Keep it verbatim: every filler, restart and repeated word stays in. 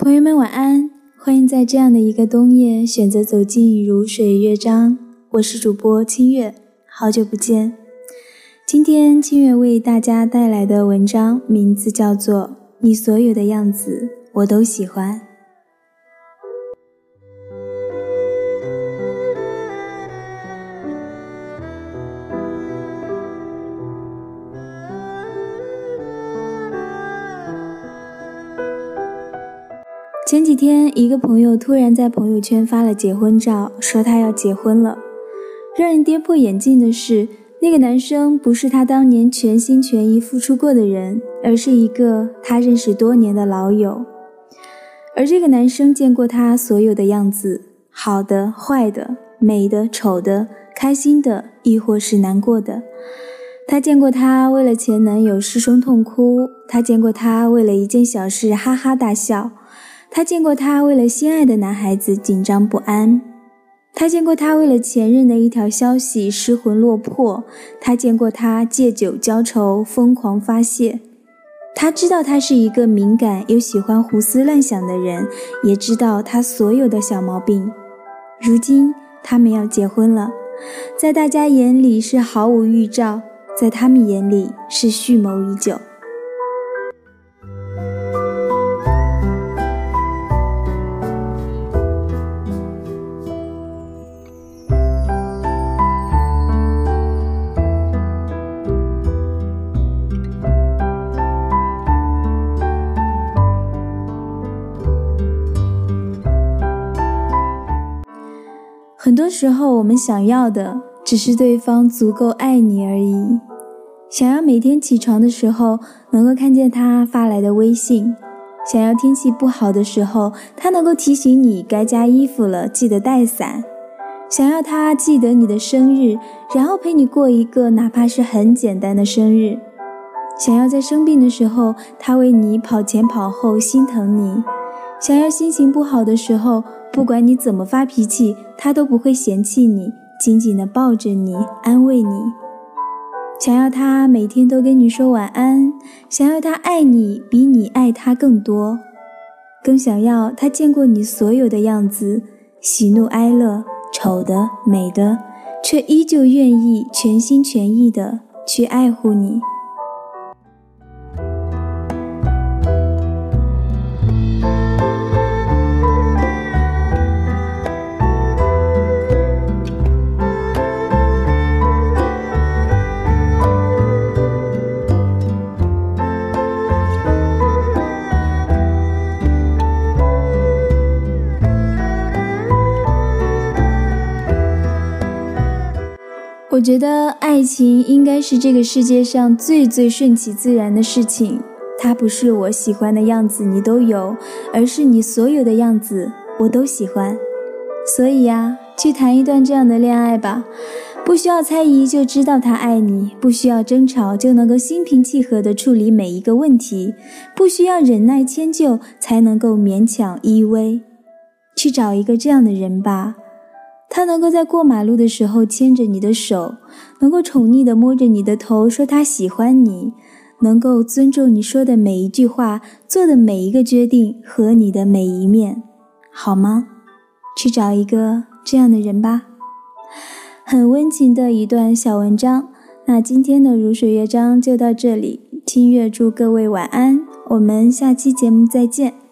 朋友们晚安，欢迎在这样的一个冬夜选择走进如水乐章，我是主播清月，好久不见。今天清月为大家带来的文章名字叫做你所有的样子我都喜欢。前几天一个朋友突然在朋友圈发了结婚照，说他要结婚了。让人跌破眼镜的是，那个男生不是他当年全心全意付出过的人，而是一个他认识多年的老友。而这个男生见过他所有的样子，好的、坏的、美的、丑的、开心的，亦或是难过的。他见过他为了前男友失声痛哭，他见过他为了一件小事哈哈大笑，他见过他为了心爱的男孩子紧张不安，他见过他为了前任的一条消息失魂落魄，他见过他借酒浇愁疯狂发泄。他知道他是一个敏感又喜欢胡思乱想的人，也知道他所有的小毛病。如今他们要结婚了，在大家眼里是毫无预兆，在他们眼里是蓄谋已久。很多时候我们想要的只是对方足够爱你而已，想要每天起床的时候能够看见他发来的微信，想要天气不好的时候他能够提醒你该加衣服了，记得带伞，想要他记得你的生日，然后陪你过一个哪怕是很简单的生日，想要在生病的时候他为你跑前跑后心疼你，想要心情不好的时候不管你怎么发脾气，他都不会嫌弃你，紧紧地抱着你，安慰你。想要他每天都跟你说晚安，想要他爱你比你爱他更多，更想要他见过你所有的样子，喜怒哀乐，丑的美的，却依旧愿意全心全意地去爱护你。我觉得爱情应该是这个世界上最最顺其自然的事情，它不是我喜欢的样子你都有，而是你所有的样子我都喜欢。所以呀，去谈一段这样的恋爱吧，不需要猜疑就知道他爱你，不需要争吵就能够心平气和地处理每一个问题，不需要忍耐迁就才能够勉强依偎。去找一个这样的人吧，他能够在过马路的时候牵着你的手，能够宠溺地摸着你的头说他喜欢你，能够尊重你说的每一句话，做的每一个决定和你的每一面，好吗？去找一个这样的人吧。很温情的一段小文章，那今天的如水乐章就到这里，清月祝各位晚安，我们下期节目再见。